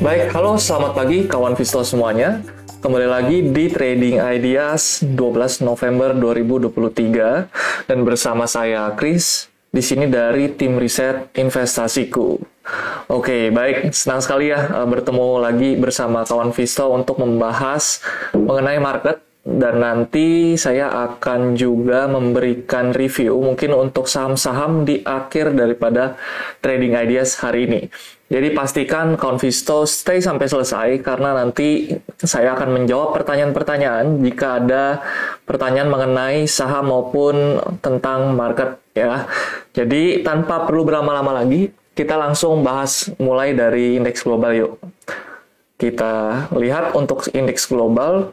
Baik, halo selamat pagi kawan Visto semuanya. Kembali lagi di Trading Ideas 12 November 2023 dan bersama saya Chris di sini dari tim riset investasiku. Oke, baik, senang sekali ya bertemu lagi bersama kawan Visto untuk membahas mengenai market dan nanti saya akan juga memberikan review mungkin untuk saham-saham di akhir daripada Trading Ideas hari ini. Jadi pastikan kawan Visto stay sampai selesai karena nanti saya akan menjawab pertanyaan-pertanyaan jika ada pertanyaan mengenai saham maupun tentang market ya. Jadi tanpa perlu berlama-lama lagi, kita langsung bahas mulai dari indeks global yuk. Kita lihat untuk indeks global.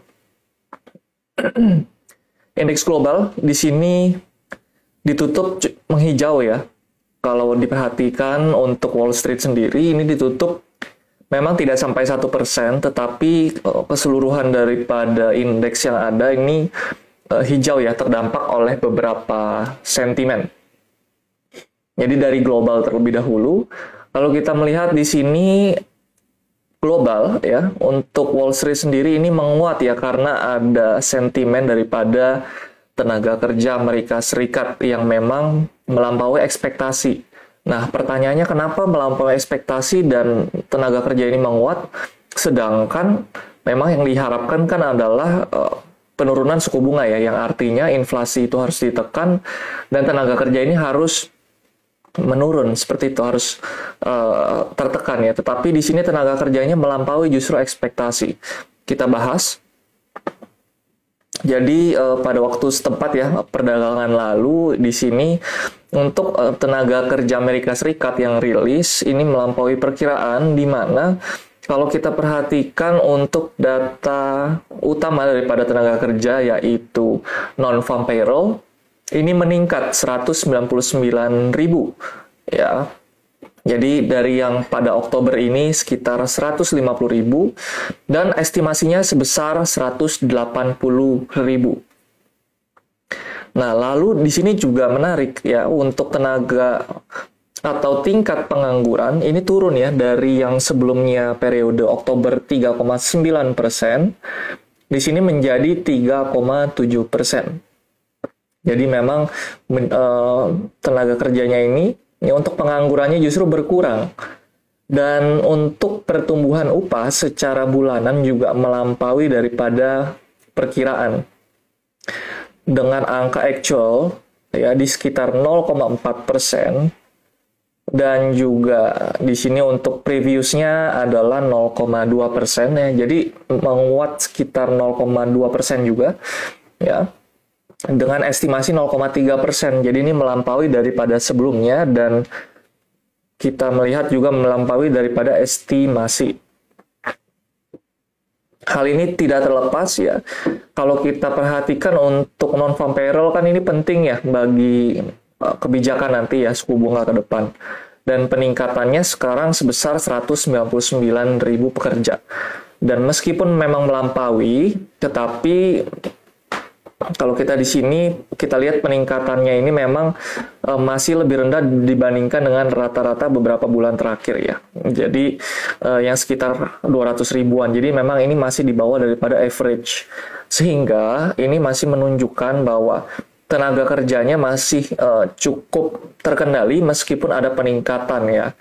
Indeks global di sini ditutup menghijau ya. Kalau diperhatikan untuk Wall Street sendiri ini ditutup memang tidak sampai 1%, tetapi keseluruhan daripada indeks yang ada ini hijau ya, terdampak oleh beberapa sentimen. Jadi dari global terlebih dahulu, kalau kita melihat di sini global ya, untuk Wall Street sendiri ini menguat ya karena ada sentimen daripada tenaga kerja Amerika Serikat yang memang melampaui ekspektasi. Nah, pertanyaannya kenapa melampaui ekspektasi dan tenaga kerja ini menguat, sedangkan memang yang diharapkan kan adalah penurunan suku bunga ya, yang artinya inflasi itu harus ditekan dan tenaga kerja ini harus menurun, seperti itu harus tertekan ya. Tetapi di sini tenaga kerjanya melampaui justru ekspektasi. Kita bahas. Jadi pada waktu setempat ya perdagangan lalu di sini untuk tenaga kerja Amerika Serikat yang rilis ini melampaui perkiraan, di mana kalau kita perhatikan untuk data utama daripada tenaga kerja yaitu non-farm payroll ini meningkat 199.000 ya. Jadi dari yang pada Oktober ini sekitar 150.000 dan estimasinya sebesar 180.000. Nah, lalu di sini juga menarik ya untuk tenaga atau tingkat pengangguran ini turun ya dari yang sebelumnya periode Oktober 3,9%, di sini menjadi 3,7%. Jadi memang tenaga kerjanya ini ya, untuk penganggurannya justru berkurang. Dan untuk pertumbuhan upah secara bulanan juga melampaui daripada perkiraan. Dengan angka actual ya di sekitar 0,4%. Dan juga di sini untuk previousnya adalah 0,2% ya. Jadi menguat sekitar 0,2% juga ya. Dengan estimasi 0,3%. Jadi ini melampaui daripada sebelumnya dan kita melihat juga melampaui daripada estimasi. Hal ini tidak terlepas ya. Kalau kita perhatikan untuk non-farm payroll kan ini penting ya bagi kebijakan nanti ya suku bunga ke depan. Dan peningkatannya sekarang sebesar 199.000 pekerja. Dan meskipun memang melampaui, tetapi kalau kita di sini kita lihat peningkatannya ini memang masih lebih rendah dibandingkan dengan rata-rata beberapa bulan terakhir ya. Jadi yang sekitar 200 ribuan. Jadi memang ini masih di bawah daripada average. Sehingga ini masih menunjukkan bahwa tenaga kerjanya masih cukup terkendali meskipun ada peningkatan ya.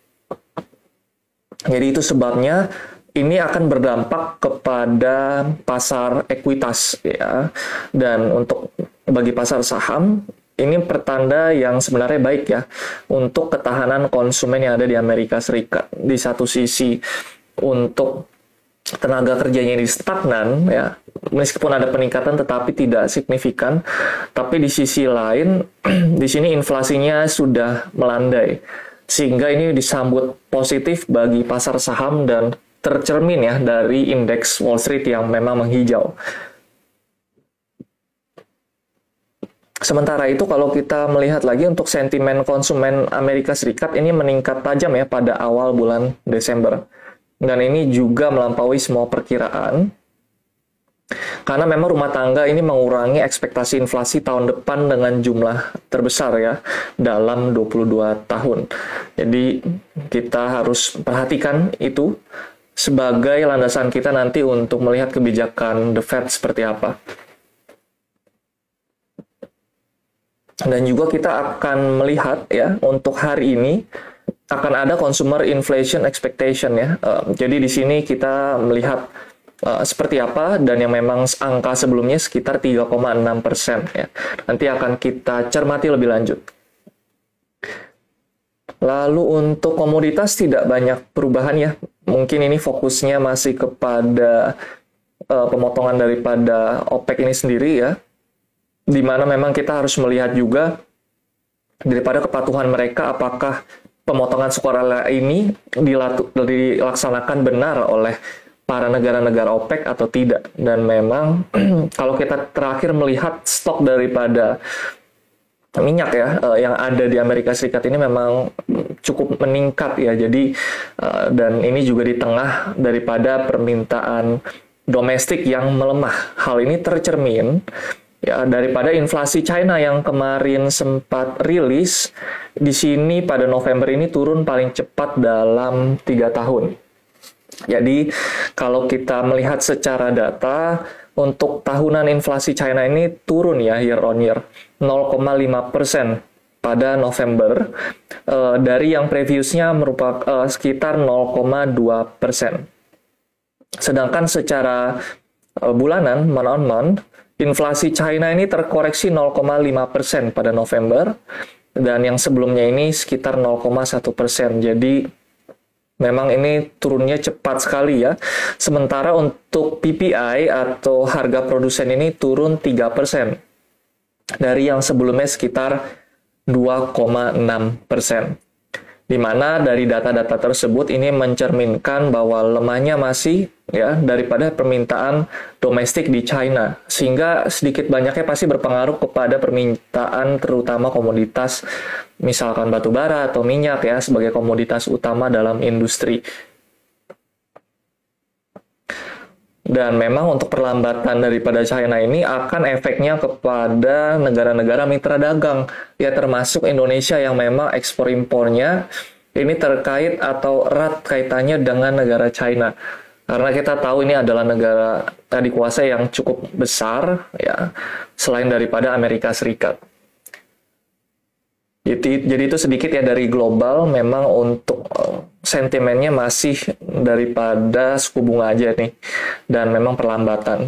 Jadi itu sebabnya ini akan berdampak kepada pasar ekuitas ya. Dan untuk bagi pasar saham ini pertanda yang sebenarnya baik ya untuk ketahanan konsumen yang ada di Amerika Serikat. Di satu sisi untuk tenaga kerjanya ini stagnan ya, meskipun ada peningkatan tetapi tidak signifikan. Tapi di sisi lain di sini inflasinya sudah melandai sehingga ini disambut positif bagi pasar saham dan tercermin ya dari indeks Wall Street yang memang menghijau. Sementara itu kalau kita melihat lagi untuk sentimen konsumen Amerika Serikat ini meningkat tajam ya pada awal bulan Desember. Dan ini juga melampaui semua perkiraan. Karena memang rumah tangga ini mengurangi ekspektasi inflasi tahun depan dengan jumlah terbesar ya dalam 22 tahun. Jadi kita harus perhatikan itu. sebagai landasan kita nanti untuk melihat kebijakan The Fed seperti apa. Dan juga kita akan melihat ya untuk hari ini akan ada consumer inflation expectation ya. Jadi di sini kita melihat seperti apa, dan yang memang angka sebelumnya sekitar 3,6% ya. Nanti akan kita cermati lebih lanjut. Lalu untuk komoditas tidak banyak perubahan ya. Mungkin ini fokusnya masih kepada pemotongan daripada OPEC ini sendiri ya. Di mana memang kita harus melihat juga daripada kepatuhan mereka, apakah pemotongan sukarela ini dilaksanakan benar oleh para negara-negara OPEC atau tidak. Dan memang kalau kita terakhir melihat stok daripada minyak ya yang ada di Amerika Serikat ini memang cukup meningkat ya. Jadi dan ini juga di tengah daripada permintaan domestik yang melemah. Hal ini tercermin ya daripada inflasi China yang kemarin sempat rilis di sini pada November ini turun paling cepat dalam 3 tahun. Jadi kalau kita melihat secara data untuk tahunan inflasi China ini turun ya year on year 0,5% pada November dari yang previousnya merupakan sekitar 0,2%. Sedangkan secara bulanan month on month inflasi China ini terkoreksi 0,5% pada November, dan yang sebelumnya ini sekitar 0,1%. Jadi memang ini turunnya cepat sekali ya. Sementara untuk PPI atau harga produsen ini turun 3% dari yang sebelumnya sekitar 2,6%. Di mana dari data-data tersebut ini mencerminkan bahwa lemahnya masih ya daripada permintaan domestik di China, sehingga sedikit banyaknya pasti berpengaruh kepada permintaan terutama komoditas misalkan batu bara atau minyak ya sebagai komoditas utama dalam industri. Dan memang untuk perlambatan daripada China ini akan efeknya kepada negara-negara mitra dagang, ya termasuk Indonesia yang memang ekspor impornya ini terkait atau erat kaitannya dengan negara China. Karena kita tahu ini adalah negara adikuasa yang cukup besar, ya selain daripada Amerika Serikat. Jadi itu sedikit ya dari global, memang untuk sentimennya masih daripada suku bunga aja nih, dan memang perlambatan.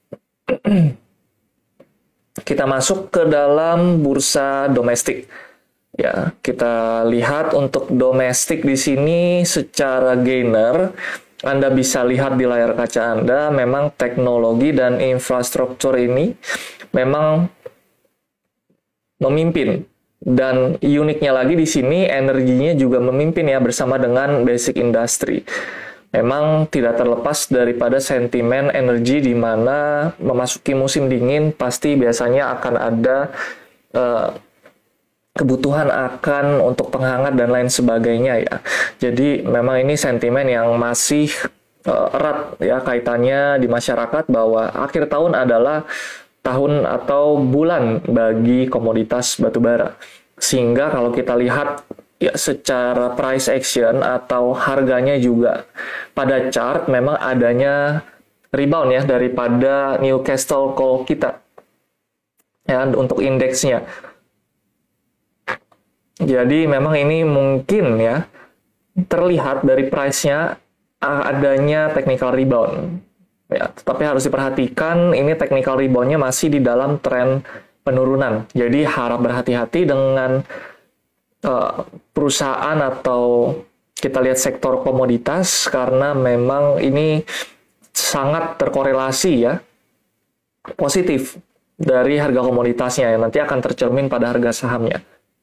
Kita masuk ke dalam bursa domestik. Ya, kita lihat untuk domestik di sini secara gainer, Anda bisa lihat di layar kaca Anda, memang teknologi dan infrastruktur ini memang memimpin. Dan uniknya lagi di sini energinya juga memimpin ya bersama dengan basic industry. Memang tidak terlepas daripada sentimen energi di mana memasuki musim dingin pasti biasanya akan ada kebutuhan akan untuk penghangat dan lain sebagainya ya. Jadi memang ini sentimen yang masih erat ya kaitannya di masyarakat bahwa akhir tahun adalah tahun atau bulan bagi komoditas batubara. Sehingga kalau kita lihat ya secara price action atau harganya juga pada chart memang adanya rebound ya daripada Newcastle Coal kita ya untuk indeksnya. Jadi memang ini mungkin ya terlihat dari price-nya adanya technical rebound. Ya, tetapi harus diperhatikan ini technical rebound-nya masih di dalam tren penurunan. Jadi harap berhati-hati dengan perusahaan atau kita lihat sektor komoditas karena memang ini sangat terkorelasi ya positif dari harga komoditasnya yang nanti akan tercermin pada harga sahamnya.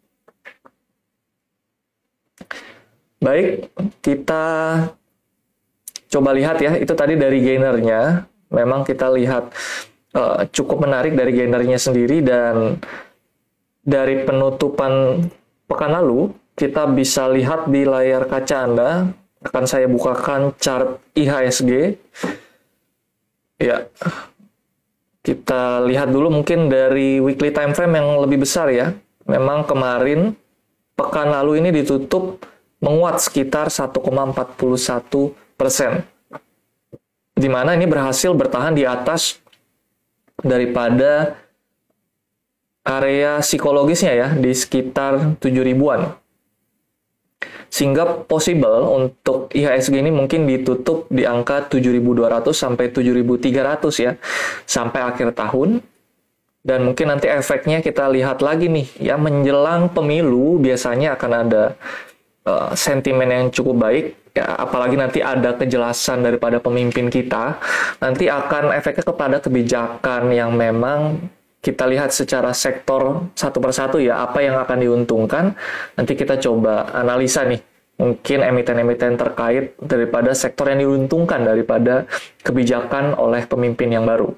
Baik, kita coba lihat ya, itu tadi dari gainernya. Memang kita lihat cukup menarik dari gainernya sendiri, dan dari penutupan pekan lalu, kita bisa lihat di layar kaca Anda, akan saya bukakan chart IHSG. Ya, kita lihat dulu mungkin dari weekly time frame yang lebih besar ya. Memang kemarin, pekan lalu ini ditutup menguat sekitar 1,41 Di mana ini berhasil bertahan di atas daripada area psikologisnya ya, di sekitar 7.000-an. Sehingga possible untuk IHSG ini mungkin ditutup di angka 7.200 sampai 7.300 ya, sampai akhir tahun. Dan mungkin nanti efeknya kita lihat lagi nih, ya menjelang pemilu biasanya akan ada sentimen yang cukup baik, ya apalagi nanti ada kejelasan daripada pemimpin kita, nanti akan efeknya kepada kebijakan yang memang kita lihat secara sektor satu persatu ya, apa yang akan diuntungkan. Nanti kita coba analisa nih, mungkin emiten-emiten terkait daripada sektor yang diuntungkan daripada kebijakan oleh pemimpin yang baru.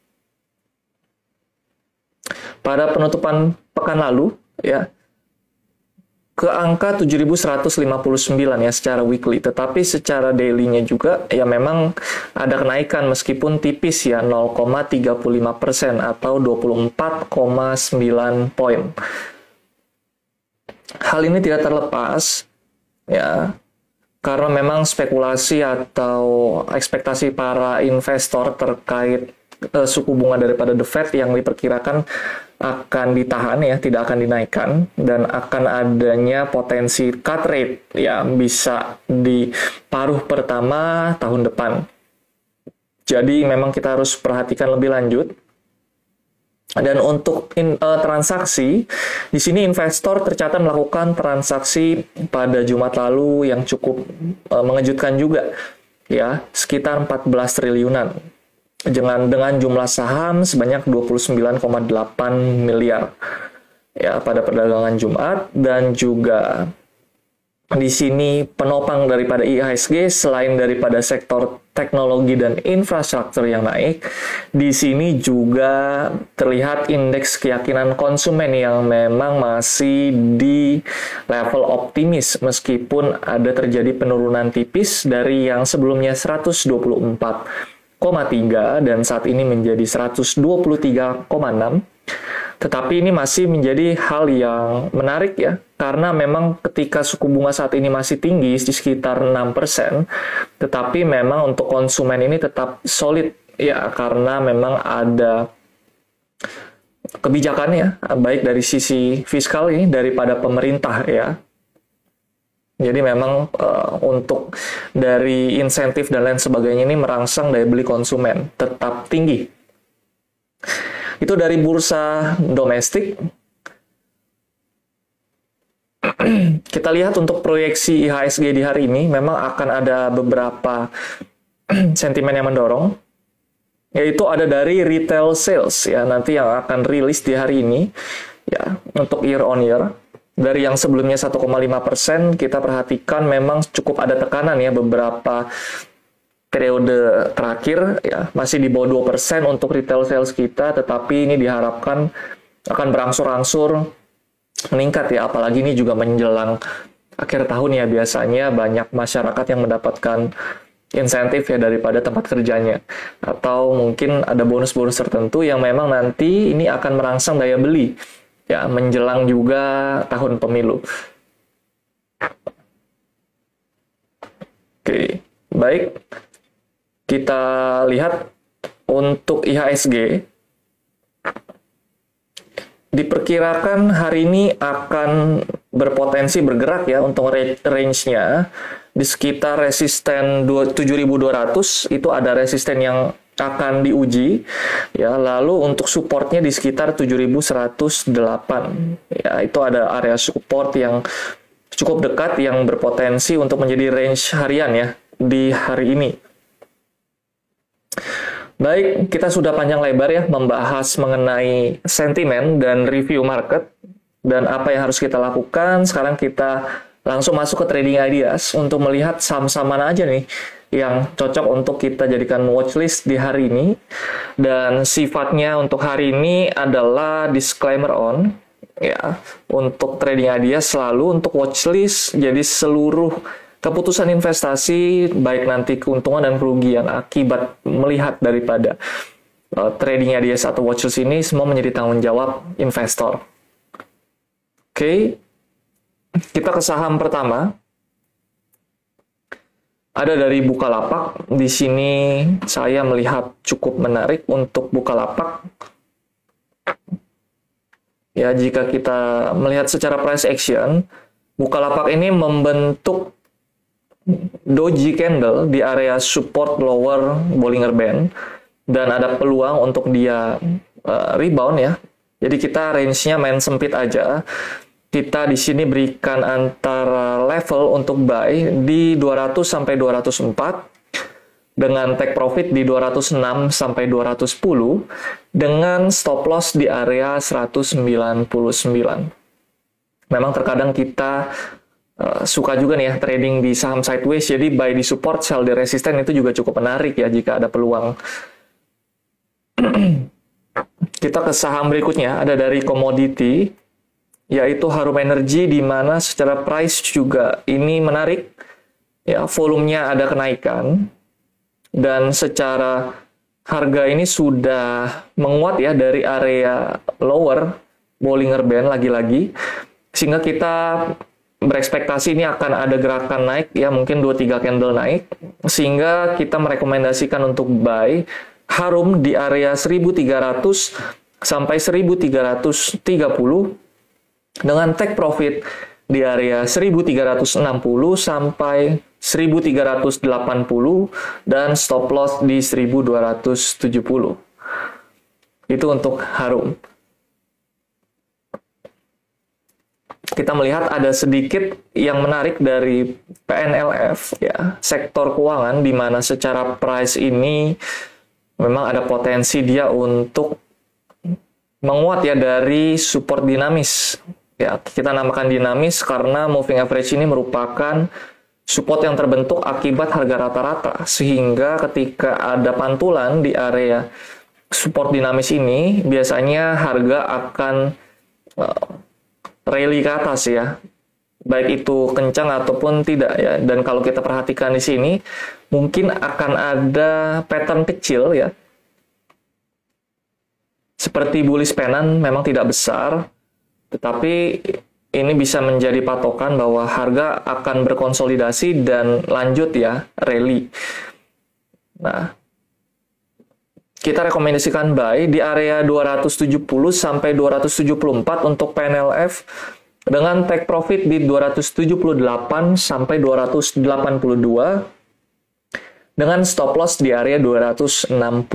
Pada penutupan pekan lalu, ya, ke angka 7.159 ya secara weekly, tetapi secara daily-nya juga ya memang ada kenaikan meskipun tipis ya, 0,35% atau 24,9 poin. Hal ini tidak terlepas ya karena memang spekulasi atau ekspektasi para investor terkait suku bunga daripada The Fed yang diperkirakan akan ditahan ya, tidak akan dinaikkan, dan akan adanya potensi cut rate ya bisa di paruh pertama tahun depan. Jadi memang kita harus perhatikan lebih lanjut. Dan untuk transaksi, di sini investor tercatat melakukan transaksi pada Jumat lalu yang cukup mengejutkan juga ya, sekitar 14 triliunan. Dengan jumlah saham sebanyak 29,8 miliar ya pada perdagangan Jumat. Dan juga di sini penopang daripada IHSG selain daripada sektor teknologi dan infrastruktur yang naik, di sini juga terlihat indeks keyakinan konsumen yang memang masih di level optimis meskipun ada terjadi penurunan tipis dari yang sebelumnya 124,3 dan saat ini menjadi 123,6. Tetapi ini masih menjadi hal yang menarik ya, karena memang ketika suku bunga saat ini masih tinggi di sekitar 6%, tetapi memang untuk konsumen ini tetap solid ya, karena memang ada kebijakannya baik dari sisi fiskal ini daripada pemerintah ya. Jadi memang untuk dari insentif dan lain sebagainya ini merangsang daya beli konsumen tetap tinggi. Itu dari bursa domestik. Kita lihat untuk proyeksi IHSG di hari ini memang akan ada beberapa sentimen yang mendorong, yaitu ada dari retail sales ya, nanti yang akan rilis di hari ini ya, untuk year on year. Dari yang sebelumnya 1,5%, kita perhatikan memang cukup ada tekanan ya beberapa periode terakhir ya, masih di bawah 2% untuk retail sales kita, tetapi ini diharapkan akan berangsur-angsur meningkat ya, apalagi ini juga menjelang akhir tahun ya, biasanya banyak masyarakat yang mendapatkan insentif ya daripada tempat kerjanya, atau mungkin ada bonus-bonus tertentu yang memang nanti ini akan merangsang daya beli ya menjelang juga tahun pemilu. Oke, baik. Kita lihat untuk IHSG diperkirakan hari ini akan berpotensi bergerak ya untuk range-nya di sekitar resisten 7.200, itu ada resisten yang akan diuji ya, lalu untuk supportnya di sekitar 7.108 ya, itu ada area support yang cukup dekat yang berpotensi untuk menjadi range harian ya di hari ini. Baik, kita sudah panjang lebar ya membahas mengenai sentimen dan review market dan apa yang harus kita lakukan. Sekarang kita langsung masuk ke trading ideas untuk melihat saham-saham mana aja nih yang cocok untuk kita jadikan watchlist di hari ini. Dan sifatnya untuk hari ini adalah disclaimer on ya. Untuk trading ideas selalu untuk watchlist, jadi seluruh keputusan investasi baik nanti keuntungan dan kerugian akibat melihat daripada trading ideas atau watchlist ini semua menjadi tanggung jawab investor. Oke. Kita ke saham pertama. Ada dari Bukalapak. Di sini saya melihat cukup menarik untuk Bukalapak. Ya, jika kita melihat secara price action, Bukalapak ini membentuk doji candle di area support lower Bollinger Band dan ada peluang untuk dia rebound ya. Jadi kita range-nya main sempit aja. Kita di sini berikan antara level untuk buy di 200 sampai 204 dengan take profit di 206 sampai 210 dengan stop loss di area 199. Memang terkadang kita suka juga nih ya trading di saham sideways, jadi buy di support, sell di resisten itu juga cukup menarik ya jika ada peluang. Kita ke saham berikutnya, ada dari komoditi, yaitu Harum Energy, di mana secara price juga ini menarik. Ya, volumenya ada kenaikan, dan secara harga ini sudah menguat ya dari area lower Bollinger Band lagi-lagi, sehingga kita berekspektasi ini akan ada gerakan naik ya, mungkin 2-3 candle naik, sehingga kita merekomendasikan untuk buy Harum di area 1300 sampai 1330 dengan take profit di area 1360 sampai 1380 dan stop loss di 1270. Itu untuk Harum. Kita melihat ada sedikit yang menarik dari PNLF ya, sektor keuangan, di mana secara price ini memang ada potensi dia untuk menguat ya dari support dinamis. Ya, kita namakan dinamis karena moving average ini merupakan support yang terbentuk akibat harga rata-rata, sehingga ketika ada pantulan di area support dinamis ini, biasanya harga akan rally ke atas ya, baik itu kencang ataupun tidak ya. Dan kalau kita perhatikan di sini, mungkin akan ada pattern kecil ya, seperti bullish pennant, memang tidak besar, tetapi ini bisa menjadi patokan bahwa harga akan berkonsolidasi dan lanjut ya, rally. Nah, kita rekomendasikan buy di area 270 sampai 274 untuk PNLF dengan take profit di 278 sampai 282 dengan stop loss di area 266.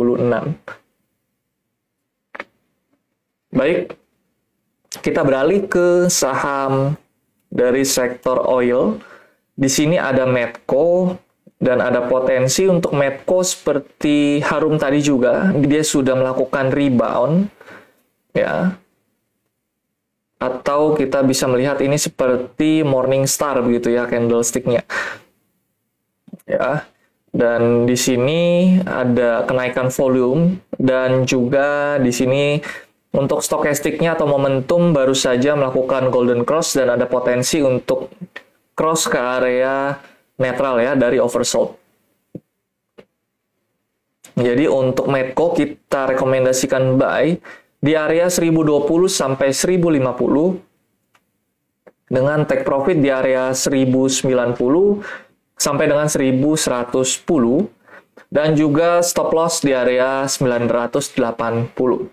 Baik, kita beralih ke saham dari sektor oil. Di sini ada Medco dan ada potensi untuk Medco seperti Harum tadi juga. Dia sudah melakukan rebound ya. Atau kita bisa melihat ini seperti Morningstar begitu ya candlestick-nya. Ya. Dan di sini ada kenaikan volume dan juga di sini untuk stokastiknya atau momentum baru saja melakukan golden cross dan ada potensi untuk cross ke area netral ya dari oversold. Jadi untuk Medco kita rekomendasikan buy di area 1020 sampai 1050 dengan take profit di area 1090 sampai dengan 1110 dan juga stop loss di area 980.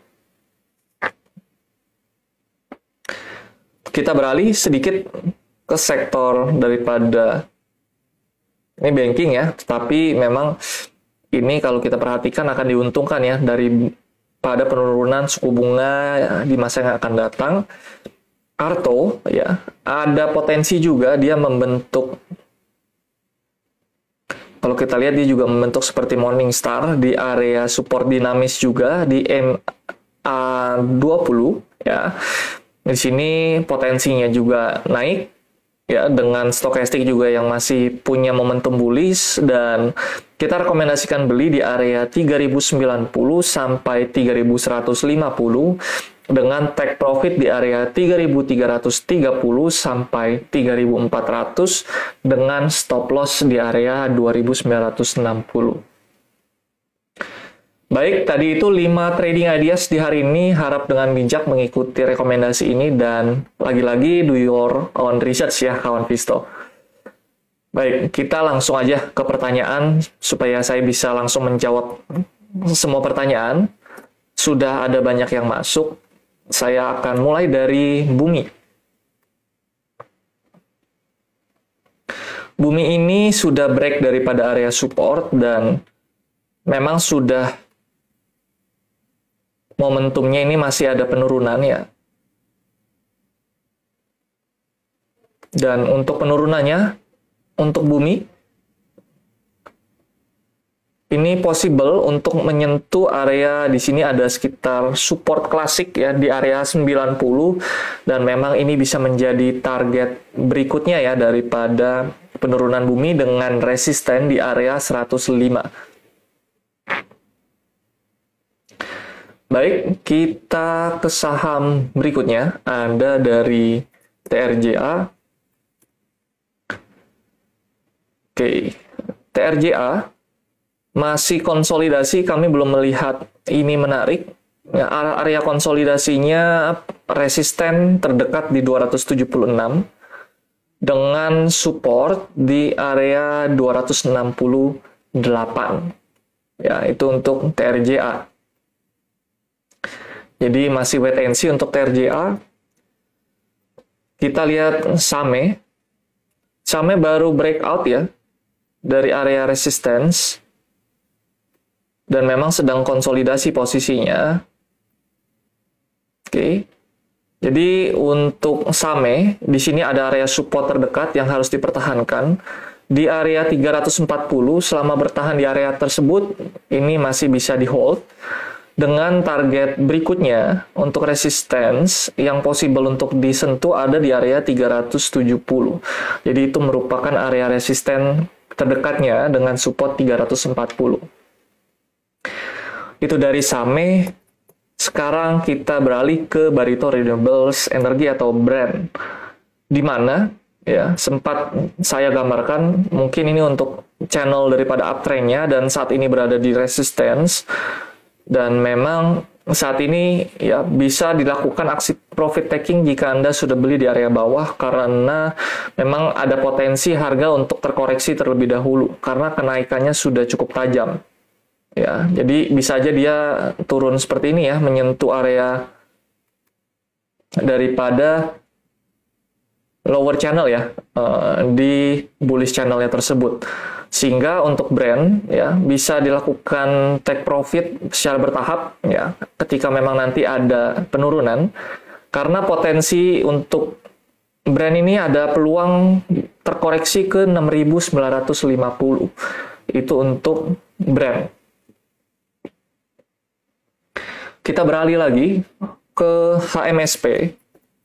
Kita beralih sedikit ke sektor daripada ini banking ya, tetapi memang ini kalau kita perhatikan akan diuntungkan ya dari pada penurunan suku bunga di masa yang akan datang. Arto ya, ada potensi juga dia membentuk, kalau kita lihat dia juga membentuk seperti Morningstar di area support dinamis juga di MA20 ya. Di sini potensinya juga naik ya, dengan stokastik juga yang masih punya momentum bullish, dan kita rekomendasikan beli di area 3090 sampai 3150 dengan take profit di area 3330 sampai 3400 dengan stop loss di area 2960. Baik, tadi itu 5 trading ideas di hari ini. Harap dengan bijak mengikuti rekomendasi ini dan lagi-lagi do your own research ya kawan Visto. Baik, kita langsung aja ke pertanyaan supaya saya bisa langsung menjawab semua pertanyaan. Sudah ada banyak yang masuk. Saya akan mulai dari Bumi. Bumi ini sudah break daripada area support dan memang sudah momentumnya ini masih ada penurunan ya. Dan untuk penurunannya, untuk Bumi, ini possible untuk menyentuh area di sini ada sekitar support klasik ya di area 90 dan memang ini bisa menjadi target berikutnya ya daripada penurunan Bumi dengan resisten di area 105. Baik, kita ke saham berikutnya. Ada dari TRJA. Oke, TRJA masih konsolidasi, kami belum melihat ini menarik. Ya, area konsolidasinya resisten terdekat di 276 dengan support di area 268. Ya, itu untuk TRJA. Jadi masih wait and see untuk TRJA. Kita lihat SAME. SAME baru breakout ya dari area resistance dan memang sedang konsolidasi posisinya. Oke. Jadi untuk SAME di sini ada area support terdekat yang harus dipertahankan di area 340. Selama bertahan di area tersebut ini masih bisa di hold dengan target berikutnya untuk resistance yang possible untuk disentuh ada di area 370. Jadi itu merupakan area resisten terdekatnya dengan support 340. Itu dari SAME. Sekarang kita beralih ke Barito Renewables Energy atau BREN. Di mana ya sempat saya gambarkan mungkin ini untuk channel daripada uptrendnya dan saat ini berada di resistance dan memang saat ini ya bisa dilakukan aksi profit taking jika Anda sudah beli di area bawah karena memang ada potensi harga untuk terkoreksi terlebih dahulu karena kenaikannya sudah cukup tajam. Ya, jadi bisa aja dia turun seperti ini ya, menyentuh area daripada lower channel ya di bullish channelnya tersebut. Sehingga untuk brand ya bisa dilakukan take profit secara bertahap ya ketika memang nanti ada penurunan karena potensi untuk brand ini ada peluang terkoreksi ke 6.950. Itu untuk brand. Kita beralih lagi ke HMSP.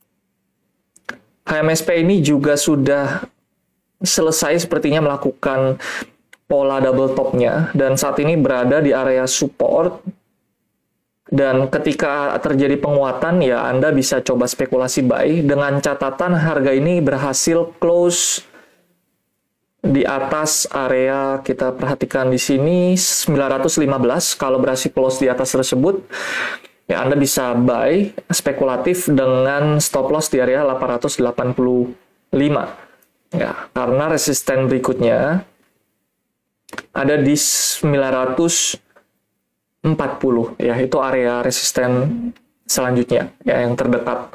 HMSP ini juga sudah selesai sepertinya melakukan pola double topnya dan saat ini berada di area support dan ketika terjadi penguatan ya Anda bisa coba spekulasi buy dengan catatan harga ini berhasil close di atas area, kita perhatikan di sini 915. Kalau berhasil close di atas tersebut ya Anda bisa buy spekulatif dengan stop loss di area 885 ya, karena resisten berikutnya ada di 940 ya, itu area resisten selanjutnya ya yang terdekat.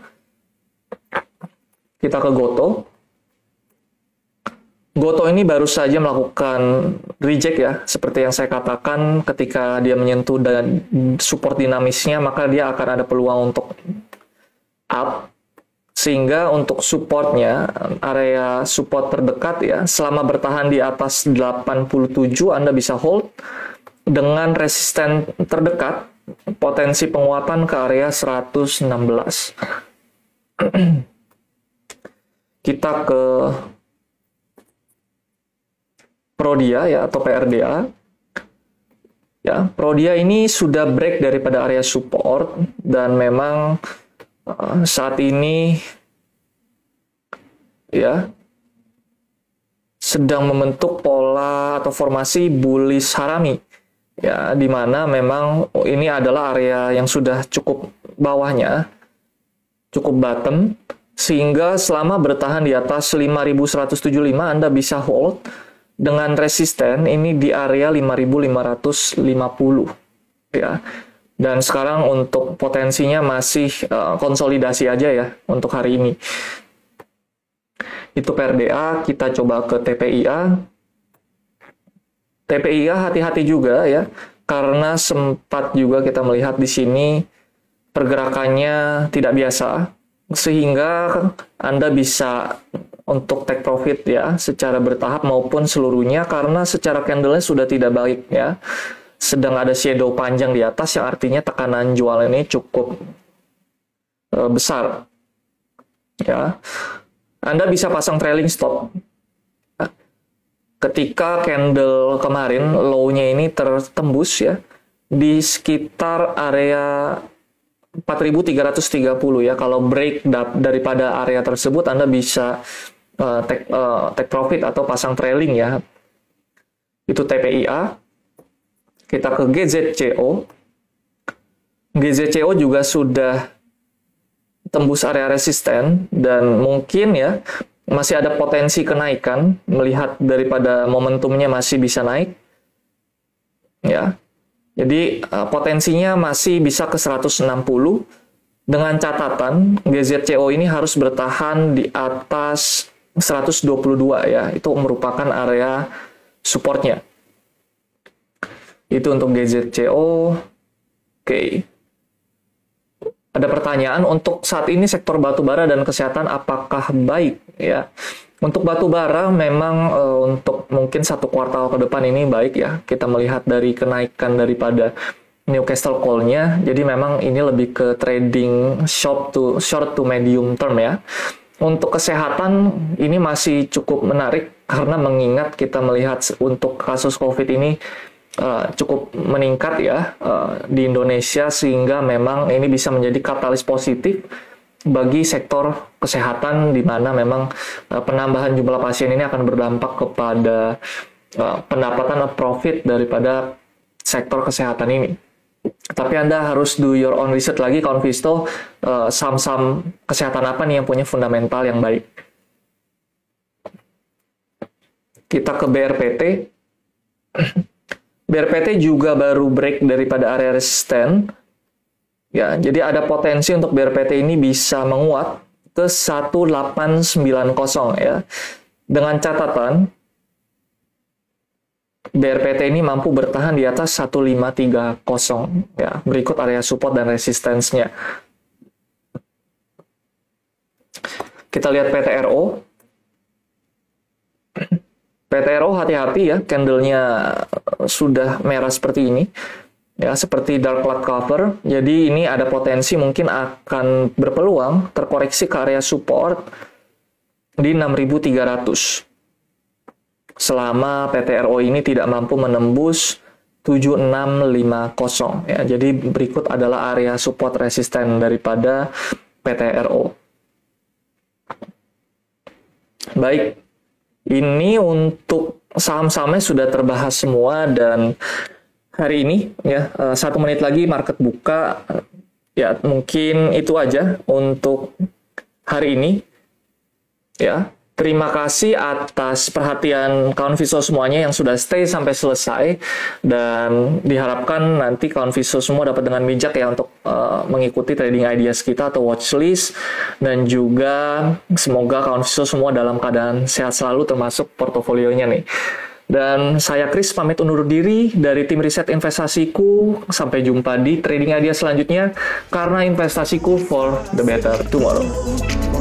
Kita ke Goto. Goto ini baru saja melakukan reject ya, seperti yang saya katakan ketika dia menyentuh dan support dinamisnya maka dia akan ada peluang untuk up. Sehingga untuk supportnya, area support terdekat ya, selama bertahan di atas 87 Anda bisa hold. Dengan resisten terdekat, potensi penguatan ke area 116. Kita ke Prodia ya, atau PRDA. Ya, Prodia ini sudah break daripada area support dan memang saat ini ya sedang membentuk pola atau formasi bullish harami ya, di mana memang ini adalah area yang sudah cukup bawahnya, cukup bottom Sehingga selama bertahan di atas 5.175 Anda bisa hold dengan resisten ini di area 5.550 ya. Dan sekarang untuk potensinya masih konsolidasi aja ya untuk hari ini. Itu PRDA, kita coba ke TPIA. TPIA hati-hati juga ya, karena sempat juga kita melihat di sini pergerakannya tidak biasa, sehingga Anda bisa untuk take profit ya secara bertahap maupun seluruhnya, karena secara candle-nya sudah tidak baik ya. Sedang ada shadow panjang di atas yang artinya tekanan jual ini cukup besar. Ya. Anda bisa pasang trailing stop. Ketika candle kemarin low-nya ini tertembus ya di sekitar area 4.330 ya. Kalau break daripada area tersebut Anda bisa take profit atau pasang trailing ya. Itu TPIA. Kita ke GZCO. GZCO juga sudah tembus area resisten dan mungkin ya masih ada potensi kenaikan melihat daripada momentumnya masih bisa naik. Ya. Jadi potensinya masih bisa ke 160 dengan catatan GZCO ini harus bertahan di atas 122 ya. Itu merupakan area supportnya. Itu untuk GZCO. Oke. Ada pertanyaan untuk saat ini sektor batubara dan kesehatan apakah baik ya? Untuk batubara memang untuk mungkin 1 kuartal ke depan ini baik ya. Kita melihat dari kenaikan daripada Newcastle Coal-nya. Jadi memang ini lebih ke trading short to medium term ya. Untuk kesehatan ini masih cukup menarik karena mengingat kita melihat untuk kasus COVID ini cukup meningkat ya di Indonesia, sehingga memang ini bisa menjadi katalis positif bagi sektor kesehatan, di mana memang penambahan jumlah pasien ini akan berdampak kepada pendapatan profit daripada sektor kesehatan ini. Tapi Anda harus do your own research lagi, Konvisto, saham-saham kesehatan apa nih yang punya fundamental yang baik. Kita ke BRPT. BRPT juga baru break daripada area resisten. Ya, jadi ada potensi untuk BRPT ini bisa menguat ke 1890 ya. Dengan catatan BRPT ini mampu bertahan di atas 1530 ya. Berikut area support dan resistensinya. Kita lihat PTRO. PTRO hati-hati ya, candle-nya sudah merah seperti ini. Ya, seperti dark cloud cover. Jadi ini ada potensi mungkin akan berpeluang terkoreksi ke area support di 6.300. Selama PTRO ini tidak mampu menembus 7650 ya. Jadi berikut adalah area support resisten daripada PTRO. Baik. Ini untuk saham-sahamnya sudah terbahas semua, dan hari ini ya 1 menit lagi market buka ya. Mungkin itu aja untuk hari ini ya. Terima kasih atas perhatian kawan Viso semuanya yang sudah stay sampai selesai, dan diharapkan nanti kawan Viso semua dapat dengan bijak ya untuk mengikuti trading ideas kita atau watchlist, dan juga semoga kawan Viso semua dalam keadaan sehat selalu termasuk portofolionya nih. Dan saya Chris pamit undur diri dari tim riset investasiku. Sampai jumpa di trading ideas selanjutnya, karena investasiku for the better tomorrow.